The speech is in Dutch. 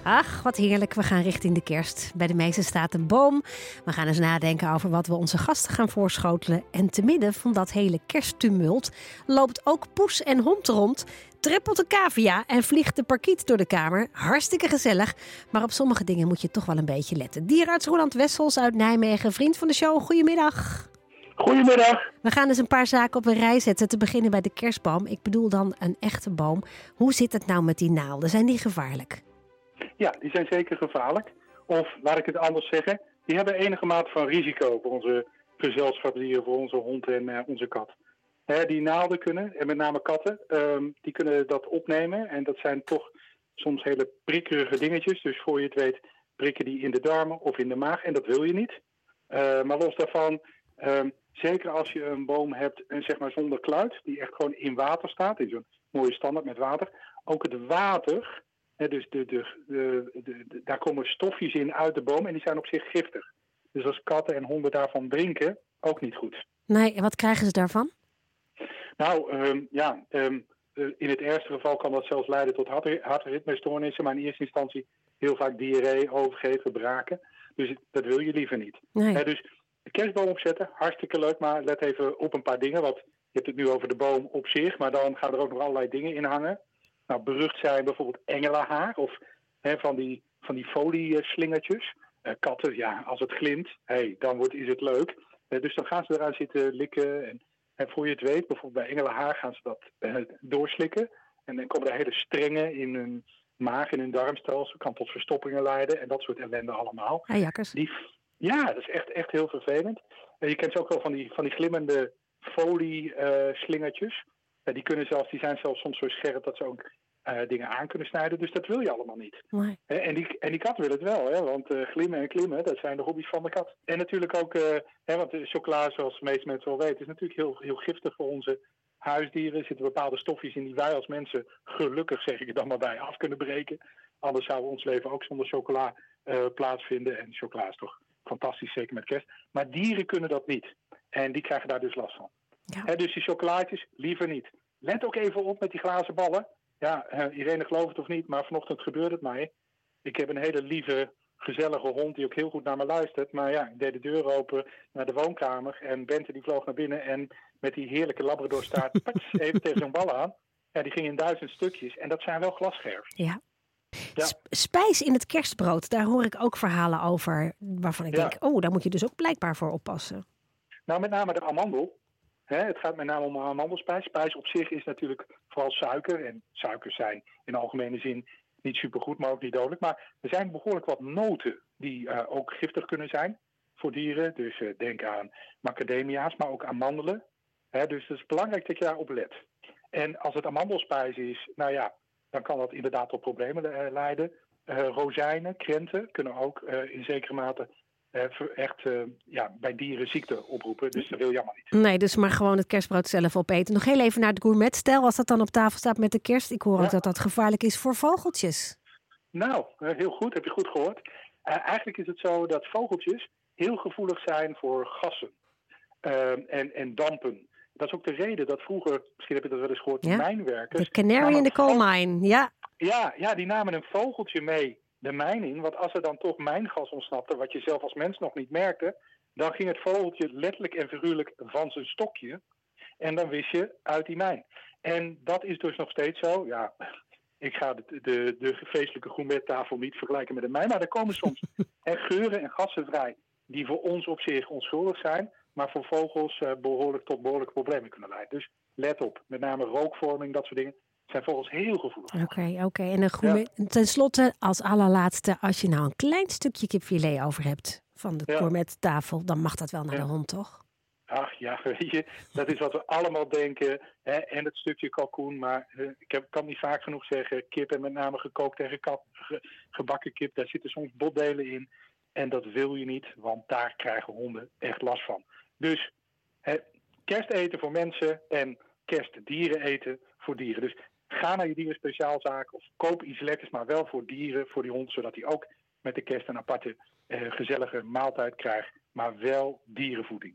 Ach, wat heerlijk. We gaan richting de kerst. Bij de meesten staat een boom. We gaan eens nadenken over wat we onze gasten gaan voorschotelen. En te midden van dat hele kersttumult loopt ook poes en hond rond. Trippelt de cavia en vliegt de parkiet door de kamer. Hartstikke gezellig. Maar op sommige dingen moet je toch wel een beetje letten. Dierenarts Roland Wessels uit Nijmegen, vriend van de show. Goedemiddag. Goedemiddag. We gaan dus een paar zaken op een rij zetten. Te beginnen bij de kerstboom. Ik bedoel dan een echte boom. Hoe zit het nou met die naalden? Zijn die gevaarlijk? Ja, die zijn zeker gevaarlijk. Of, laat ik het anders zeggen, die hebben enige mate van risico voor onze gezelschapsdieren, voor onze hond en onze kat. Die naalden kunnen, en met name katten, die kunnen dat opnemen. En dat zijn toch soms hele prikkerige dingetjes. Dus voor je het weet prikken die in de darmen of in de maag. En dat wil je niet. Maar los daarvan, zeker als je een boom hebt zeg maar zonder kluit, die echt gewoon in water staat, in zo'n mooie standaard met water. Ook het water, dus daar komen stofjes in uit de boom en die zijn op zich giftig. Dus als katten en honden daarvan drinken, ook niet goed. Nee, en wat krijgen ze daarvan? Nou, in het ergste geval kan dat zelfs leiden tot hartritmestoornissen, maar in eerste instantie heel vaak diarree, overgeven, braken. Dus dat wil je liever niet. Nee. Dus de kerstboom opzetten, hartstikke leuk, maar let even op een paar dingen. Want je hebt het nu over de boom op zich, maar dan gaan er ook nog allerlei dingen in hangen. Nou, berucht zijn bijvoorbeeld engelenhaar of van die folieslingertjes. Katten, ja, als het glimt, dan is het leuk. Dus dan gaan ze eraan zitten likken. En voor je het weet, bijvoorbeeld bij engelenhaar gaan ze dat doorslikken. En dan komen er hele strengen in hun maag, in hun darmstelsel. Kan tot verstoppingen leiden en dat soort ellende allemaal. Jakkers. Ja, dat is echt heel vervelend. Je kent ze ook wel van die glimmende folieslingertjes. Die zijn zelfs soms zo scherp dat ze ook dingen aan kunnen snijden. Dus dat wil je allemaal niet. Nee. En die kat wil het wel, want glimmen en klimmen, dat zijn de hobby's van de kat. En natuurlijk ook, want de chocola, zoals de meeste mensen wel weten, is natuurlijk heel giftig voor onze huisdieren. Er zitten bepaalde stofjes in die wij als mensen, gelukkig zeg ik er dan maar bij, af kunnen breken. Anders zou ons leven ook zonder chocola plaatsvinden. En chocola is toch fantastisch, zeker met kerst. Maar dieren kunnen dat niet. En die krijgen daar dus last van. Ja. Dus die chocolaatjes, liever niet. Let ook even op met die glazen ballen. Ja, Irene gelooft het of niet, maar vanochtend gebeurde het mij. Ik heb een hele lieve, gezellige hond die ook heel goed naar me luistert. Maar ja, ik deed de deur open naar de woonkamer en Bente die vloog naar binnen. En met die heerlijke labradorstaart, even tegen zo'n bal aan. Ja, die ging in 1000 stukjes. En dat zijn wel glasscherven. Ja. Ja. Spijs in het kerstbrood, daar hoor ik ook verhalen over. Waarvan ik denk, daar moet je dus ook blijkbaar voor oppassen. Nou, met name de amandel. Het gaat met name om amandelspijs. Spijs op zich is natuurlijk vooral suiker. En suikers zijn in algemene zin niet supergoed, maar ook niet dodelijk. Maar er zijn behoorlijk wat noten die ook giftig kunnen zijn voor dieren. Dus denk aan macadamia's, maar ook amandelen. Dus het is belangrijk dat je daarop let. En als het amandelspijs is, dan kan dat inderdaad tot problemen leiden. Rozijnen, krenten kunnen ook in zekere mate bij dieren ziekte oproepen. Dus dat wil je allemaal niet. Nee, dus maar gewoon het kerstbrood zelf opeten. Nog heel even naar het gourmetstel. Als dat dan op tafel staat met de kerst. Ik hoor ook dat dat gevaarlijk is voor vogeltjes. Nou, heel goed. Heb je goed gehoord. Eigenlijk is het zo dat vogeltjes heel gevoelig zijn voor gassen en dampen. Dat is ook de reden dat vroeger, misschien heb je dat wel eens gehoord, de mijnwerkers... De canary in the coal mine, ja. Ja, die namen een vogeltje mee de mijn in. Want als er dan toch mijngas ontsnapte, wat je zelf als mens nog niet merkte, dan ging het vogeltje letterlijk en figuurlijk van zijn stokje. En dan wist je uit die mijn. En dat is dus nog steeds zo. Ja, ik ga de feestelijke gourmettafel niet vergelijken met een mijn, maar er komen soms geuren en gassen vrij die voor ons op zich onschuldig zijn, maar voor vogels behoorlijk tot behoorlijke problemen kunnen leiden. Dus let op, met name rookvorming, dat soort dingen, zijn vogels heel gevoelig. Oké. En tenslotte, als allerlaatste, als je nou een klein stukje kipfilet over hebt van de gourmettafel, dan mag dat wel naar de hond, toch? Ach ja, weet je, dat is wat we allemaal denken. En het stukje kalkoen, maar ik kan niet vaak genoeg zeggen, kip en met name gekookt en gebakken kip, daar zitten soms botdelen in. En dat wil je niet, want daar krijgen honden echt last van. Dus kersteten voor mensen en kerstdieren eten voor dieren. Dus ga naar je dierenspeciaalzaak of koop iets lekkers, maar wel voor dieren, voor die hond, zodat hij ook met de kerst een aparte gezellige maaltijd krijgt, maar wel dierenvoeding.